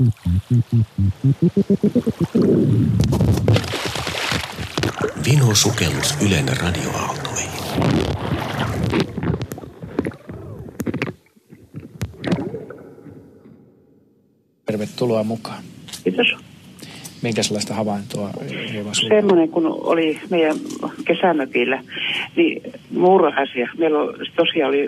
Vinosukellus Ylen radioaaltoihin. Tervetuloa mukaan. Kiitos. Minkälaista havaintoa Eeva sinulla? Semmoinen, kun oli meidän kesämökillä, niin muurahaisia. Meillä tosiaan oli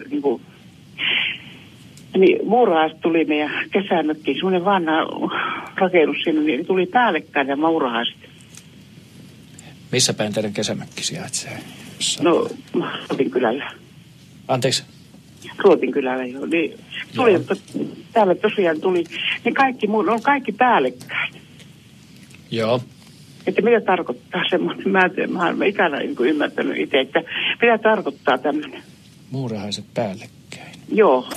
muurahaiset tuli meidän kesämökkiin. Semmoinen vanha rakennus sinne, niin tuli päällekkäin ja muurahaiset. Missä päin teidän kesämökki sijaitsee? No, Ruotin kylällä. Anteeksi? Ruotin kylällä, joo. Niin, täällä tosiaan tuli, niin kaikki päällekkäin. Joo. Että mitä tarkoittaa semmoinen, mä en ikänä ymmärtänyt itse, että mitä tarkoittaa tämmöinen. Muurahaiset päällekkäin. Joo.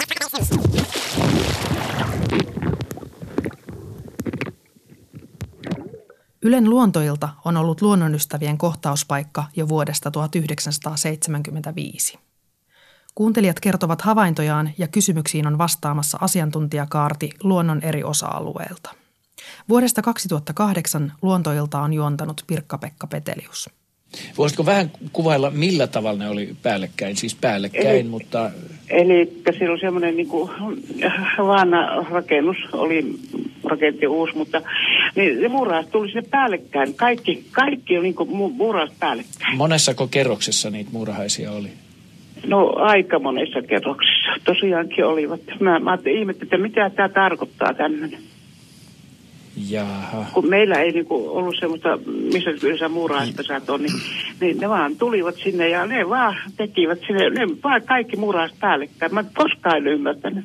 Ylen luontoilta on ollut luonnonystävien kohtauspaikka jo vuodesta 1975. Kuuntelijat kertovat havaintojaan ja kysymyksiin on vastaamassa asiantuntijakaarti luonnon eri osa-alueilta. Vuodesta 2008 luontoilta on juontanut Pirkka-Pekka Petelius. Voisitko vähän kuvailla, millä tavalla ne oli päällekkäin? Siis päällekkäin, mutta... Eli siellä on semmoinen vanha rakennus, rakentti uusi, mutta niin, ne muurahaiset tuli sinne päällekkäin. Kaikki on muurahaiset päällekkäin. Monessako kerroksessa niitä muurahaisia oli? No aika monessa kerroksessa. Tosiaankin olivat. Mä ihmettelin, että mitä tämä tarkoittaa tämmöinen. Jaha. Kun meillä ei ollut semmoista, missä yleensä muurahaispesät on, niin ne vaan tulivat sinne ja ne vaan tekivät sinne, ne vaan kaikki muurahaiset päällekkäin. Mä koskaan en ymmärtänyt.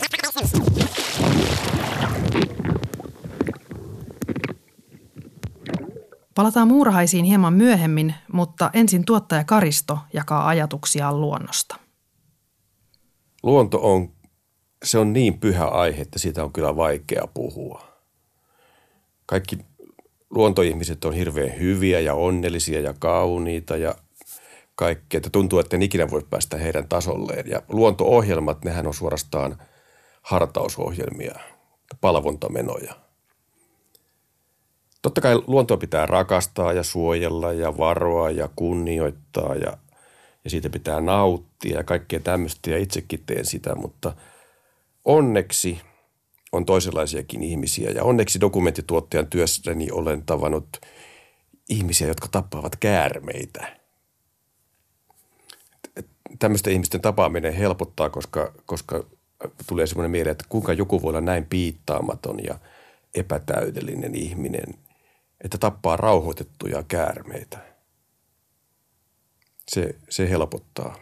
Palataan muurahaisiin hieman myöhemmin, mutta ensin tuottaja Karisto jakaa ajatuksiaan luonnosta. Luonto on niin pyhä aihe, että siitä on kyllä vaikea puhua. Kaikki luontoihmiset on hirveän hyviä ja onnellisia ja kauniita ja kaikkea. Että tuntuu, että en ikinä voi päästä heidän tasolleen. Ja luonto-ohjelmat, nehän on suorastaan hartausohjelmia, palvontamenoja. Totta kai luontoa pitää rakastaa ja suojella ja varoa ja kunnioittaa ja siitä pitää nauttia ja kaikkea tämmöistä ja itsekin teen sitä, mutta onneksi on toisenlaisiakin ihmisiä ja onneksi dokumenttituottajan työssäni olen tavannut ihmisiä, jotka tappavat käärmeitä. Tämmöisten ihmisten tapaaminen helpottaa, koska tulee semmoinen mieleen, että kuinka joku voi olla näin piittaamaton ja epätäydellinen ihminen, että tappaa rauhoitettuja käärmeitä. Se helpottaa,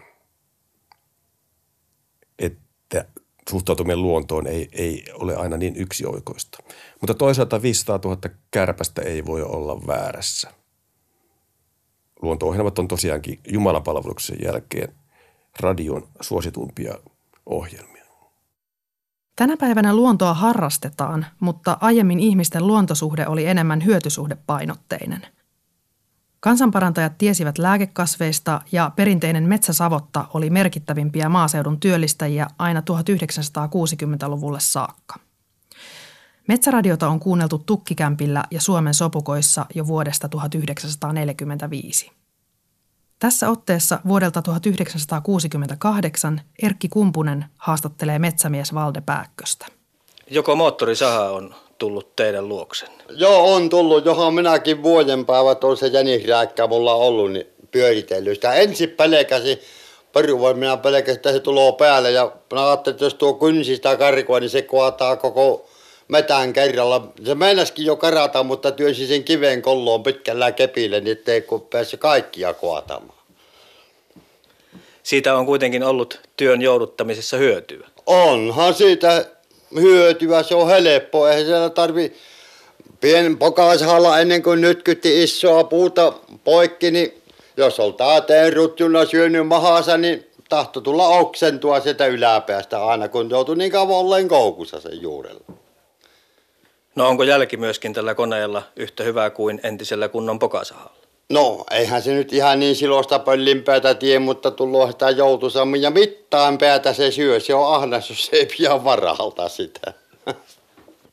että suhtautuminen luontoon ei ole aina niin yksioikoista. Mutta toisaalta 500 000 kärpästä ei voi olla väärässä. Luonto-ohjelmat on tosiaankin jumalanpalveluksen jälkeen radion suosituimpia ohjelmia. Tänä päivänä luontoa harrastetaan, mutta aiemmin ihmisten luontosuhde oli enemmän hyötysuhdepainotteinen. Kansanparantajat tiesivät lääkekasveista ja perinteinen metsäsavotta oli merkittävimpiä maaseudun työllistäjiä aina 1960-luvulle saakka. Metsäradiota on kuunneltu tukkikämpillä ja Suomen sopukoissa jo vuodesta 1945. Tässä otteessa vuodelta 1968 Erkki Kumpunen haastattelee metsämies Valde Pääkköstä. Joko moottorisaha on tullut teidän luoksenne? Joo, on tullut. Johon minäkin vuoden päivät on se jänisrääkkä mulla ollut niin pyöritellyt. Sitä ensin pelkäsin, minä pelkäsin, että se tulee päälle. Ja minä ajattelin, että jos tuo kynsi sitä karkoa, niin se kaataa koko metän kerralla. Se meinasikin jo karata, mutta työnsi sen kiven kolloon pitkällä kepillä, niin ettei päässyt kaikkia kaatamaan. Siitä on kuitenkin ollut työn jouduttamisessa hyötyä. Onhan siitä hyötyä, se on helppoa. Eihän siellä tarvi pienen pokashalla ennen kuin nytkytti isoa puuta poikki, niin jos on taateen rutjuna syönyt mahassa, niin tahto tulla oksentua sitä yläpäästä aina, kun joutui niin kauan olleen koukussa sen juurella. No onko jälki myöskin tällä koneella yhtä hyvä kuin entisellä kunnon pokasahalla? No, eihän se nyt ihan niin silosta pöllinpäätä tie, mutta tullut sitä joutuisammin ja mittaan päätä se syö. Se on ahnas, jos ei pian varalta sitä.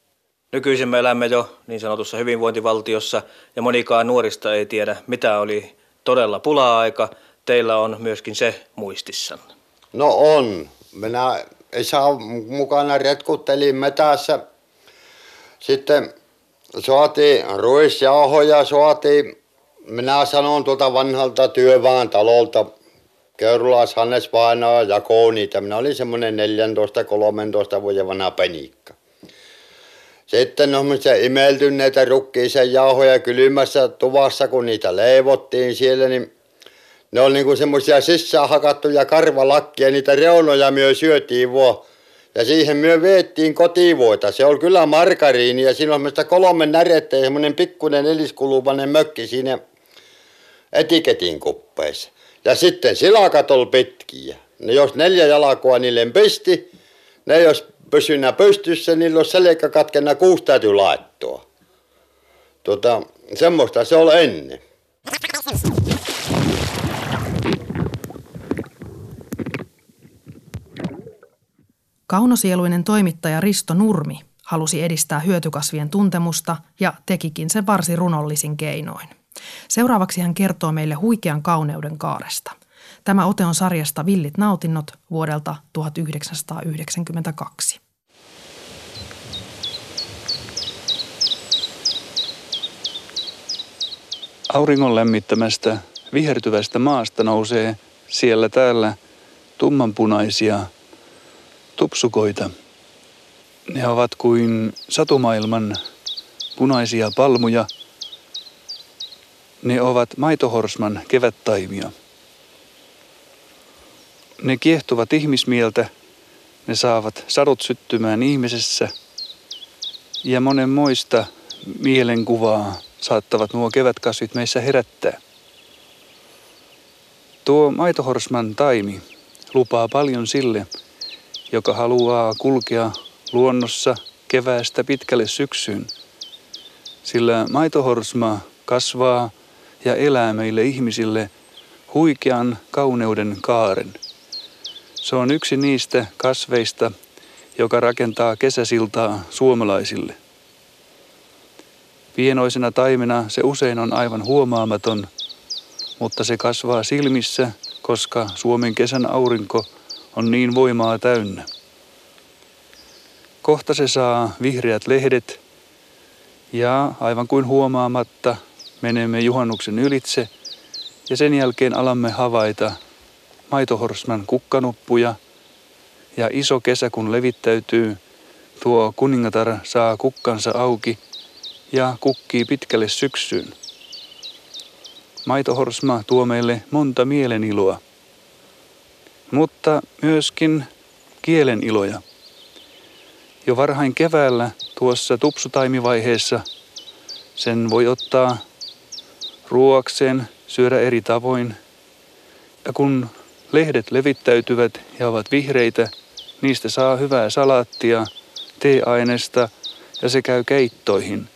Nykyisin me elämme jo niin sanotussa hyvinvointivaltiossa ja monikaan nuorista ei tiedä, mitä oli todella pula-aika. Teillä on myöskin se muistissanne. No on. Minä isä mukana retkuttelin metässä. Sitten saatiin ruisjauhoja, minä sanon tuolta vanhalta työväen talolta, Keurulais Hannes Vainaa jakoi niitä. Minä olin semmoinen 14-13 vuoden vanha penikka. Sitten on se imeltyneitä rukkiisen jauhoja kylmässä tuvassa, kun niitä leivottiin siellä, niin ne oli niinku semmoisia sisään hakattuja karvalakkia, niitä reunoja myös syötiin ja siihen myös veettiin kotivoita. Se oli kyllä margariini ja siinä oli 3 närettä ja semmoinen pikkuinen neliskuluvainen mökki siinä etiketin kuppeissa. Ja sitten silakat oli pitkiä. Ne jos 4 jalkoa niille pisti, ne jos pysynä pystyssä, niillä olisi selkä katkena 6 täytyy laittaa. Semmoista se oli ennen. Kaunosieluinen toimittaja Risto Nurmi halusi edistää hyötykasvien tuntemusta ja tekikin sen varsin runollisin keinoin. Seuraavaksi hän kertoo meille huikean kauneuden kaaresta. Tämä ote on sarjasta Villit nautinnot vuodelta 1992. Auringon lämmittämästä vihertyvästä maasta nousee siellä täällä tummanpunaisia tupsukoita. Ne ovat kuin satumaailman punaisia palmuja. Ne ovat maitohorsman kevättaimia. Ne kiehtovat ihmismieltä, ne saavat sadot syttymään ihmisessä ja monenmoista mielenkuvaa saattavat nuo kevätkasvit meissä herättää. Tuo maitohorsman taimi lupaa paljon sille, joka haluaa kulkea luonnossa keväästä pitkälle syksyyn, sillä maitohorsma kasvaa ja elää meille ihmisille huikean kauneuden kaaren. Se on yksi niistä kasveista, joka rakentaa kesäsiltaa suomalaisille. Pienoisena taimena se usein on aivan huomaamaton, mutta se kasvaa silmissä, koska Suomen kesän aurinko on niin voimaa täynnä. Kohta se saa vihreät lehdet ja aivan kuin huomaamatta menemme juhannuksen ylitse ja sen jälkeen alamme havaita maitohorsman kukkanuppuja ja iso kesä kun levittäytyy, tuo kuningatar saa kukkansa auki ja kukkii pitkälle syksyyn. Maitohorsma tuo meille monta mieleniloa, mutta myöskin kieleniloja. Jo varhain keväällä tuossa tupsutaimivaiheessa sen voi ottaa ruoakseen, syödä eri tavoin. Ja kun lehdet levittäytyvät ja ovat vihreitä, niistä saa hyvää salaattia, teeainesta ja se käy keittoihin.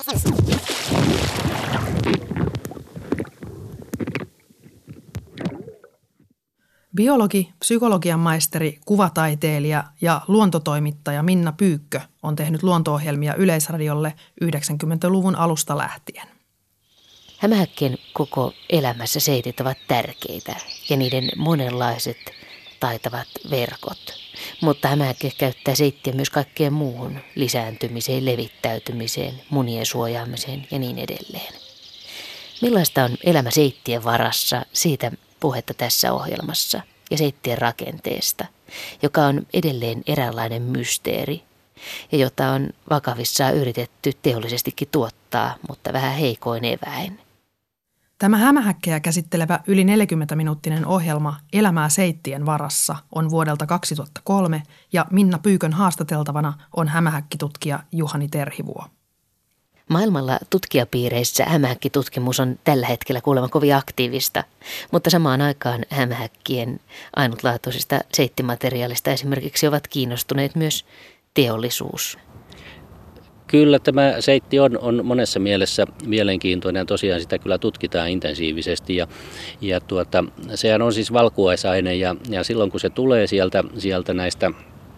Biologi, psykologian maisteri, kuvataiteilija ja luontotoimittaja Minna Pyykkö on tehnyt luonto-ohjelmia Yleisradiolle 90-luvun alusta lähtien. Hämähäkkien koko elämässä seitit ovat tärkeitä ja niiden monenlaiset taitavat verkot. Mutta hämähäkki käyttää seittiä myös kaikkeen muuhun, lisääntymiseen, levittäytymiseen, munien suojaamiseen ja niin edelleen. Millaista on elämä seittien varassa, siitä puhetta tässä ohjelmassa ja seittien rakenteesta, joka on edelleen eräänlainen mysteeri ja jota on vakavissaan yritetty teollisestikin tuottaa, mutta vähän heikoin eväin. Tämä hämähäkkejä käsittelevä yli 40-minuuttinen ohjelma Elämää seittien varassa on vuodelta 2003 ja Minna Pyykön haastateltavana on hämähäkkitutkija Juhani Terhivuo. Maailmalla tutkijapiireissä hämähäkkitutkimus on tällä hetkellä kuulemma kovin aktiivista, mutta samaan aikaan hämähäkkien ainutlaatuisista seittimateriaalista esimerkiksi ovat kiinnostuneet myös teollisuus. Kyllä tämä seitti on monessa mielessä mielenkiintoinen ja tosiaan sitä kyllä tutkitaan intensiivisesti ja sehän on siis valkuaisaine ja silloin kun se tulee sieltä näistä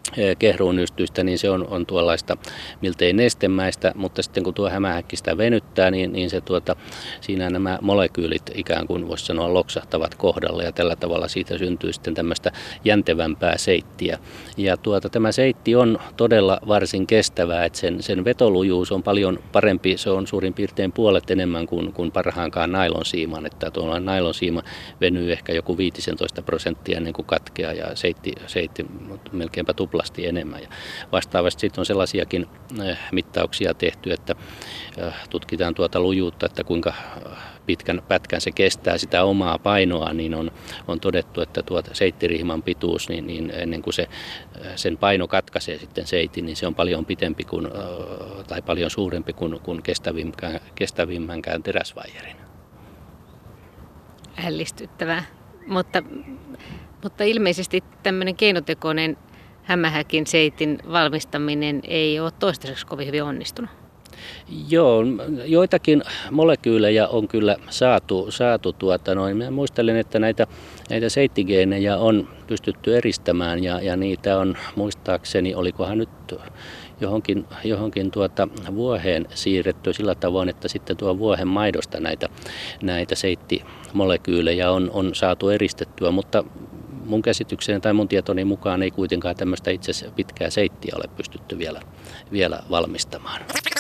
kehruunystystä, niin se on tuollaista miltei nestemäistä, mutta sitten kun tuo hämähäkki sitä venyttää, niin se siinä nämä molekyylit ikään kuin voisi sanoa loksahtavat kohdalle ja tällä tavalla siitä syntyy sitten tämmöistä jäntevämpää seittiä. Ja tämä seitti on todella varsin kestävää, että sen vetolujuus on paljon parempi, se on suurin piirtein puolet enemmän kuin parhaankaan nailonsiiman, että tuolla nailonsiima venyy ehkä joku 15% ennen kuin katkeaa ja seitti melkeinpä tuplasti enemmän. Ja vastaavasti sitten on sellaisiakin mittauksia tehty, että tutkitaan tuota lujuutta, että kuinka pitkän pätkän se kestää sitä omaa painoa, niin on todettu, että seittirihman pituus, niin ennen kuin sen paino katkaisee sitten seitin, niin se on paljon pitempi tai paljon suurempi kuin kestävimmänkään teräsvaijerin. Ällistyttävää, mutta ilmeisesti tämmöinen keinotekoinen hämähäkin seitin valmistaminen ei ole toistaiseksi kovin hyvin onnistunut. Joo, joitakin molekyylejä on kyllä saatu. Mä muistelen, että näitä seittigeenejä on pystytty eristämään ja niitä on muistaakseni, olikohan nyt johonkin vuoheen siirretty sillä tavoin, että sitten tuo vuohen maidosta näitä seittimolekyylejä on saatu eristettyä, mutta mun käsitykseni tai mun tietoni mukaan ei kuitenkaan tämmöistä itse pitkää seittiä ole pystytty vielä valmistamaan.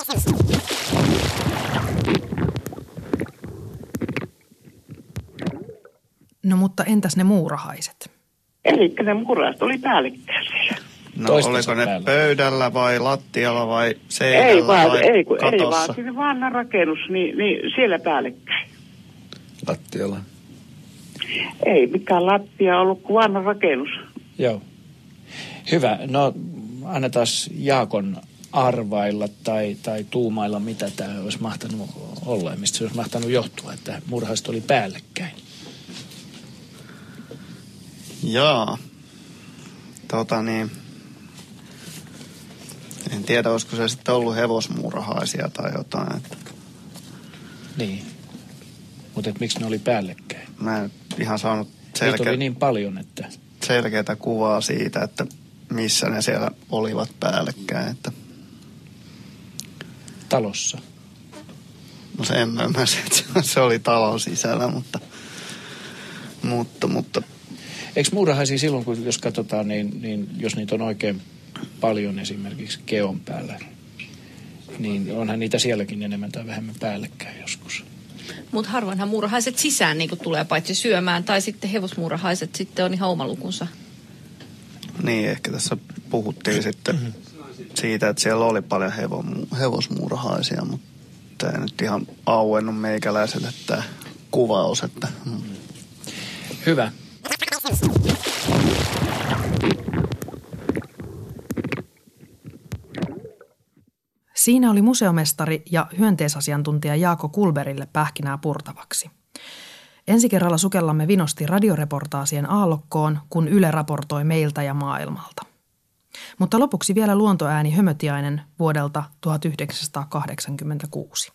No mutta entäs ne muurahaiset? Eli ne muurahaiset oli päällekkäin siellä. No oliko ne päällä pöydällä vai lattialla vai seinällä vai katossa? Ei vaan, siinä vanha rakennus, niin siellä päällekkäin. Lattialla? Ei mikään lattia ollut kuin vanha rakennus. Joo. Hyvä. No annetaan Jaakon arvailla tai tuumailla, mitä tämä olisi mahtanut olla ja mistä se olisi mahtanut johtua, että murhaiset oli päällekkäin. Jaa. En tiedä, olisiko se sitten ollut hevosmuurahaisia tai jotain. Niin. Mutta miksi ne oli päällekkäin? Mä en ihan saanut Niitä oli niin paljon, että selkeätä kuvaa siitä, että missä ne siellä olivat päällekkäin. Että talossa. No se en mä ymmärsi, että se oli talon sisällä, mutta eikö muurahaisia silloin, kun jos katsotaan, niin jos niitä on oikein paljon esimerkiksi keon päällä, niin onhan niitä sielläkin enemmän tai vähemmän päällekkäin joskus. Mutta harvoinhan muurahaiset sisään niin tulee paitsi syömään, tai sitten hevosmuurahaiset sitten on ihan oma lukunsa. Niin, ehkä tässä puhuttiin sitten siitä, että siellä oli paljon hevosmuurahaisia, mutta ei nyt ihan auennut meikäläiselle tämä kuvaus. Että Hyvä. Siinä oli museomestari ja hyönteisasiantuntija Jaakko Kulberille pähkinää purtavaksi. Ensi kerralla sukellamme vinosti radioreportaasien aallokkoon, kun Yle raportoi meiltä ja maailmalta. Mutta lopuksi vielä luontoääni Hömötiainen vuodelta 1986.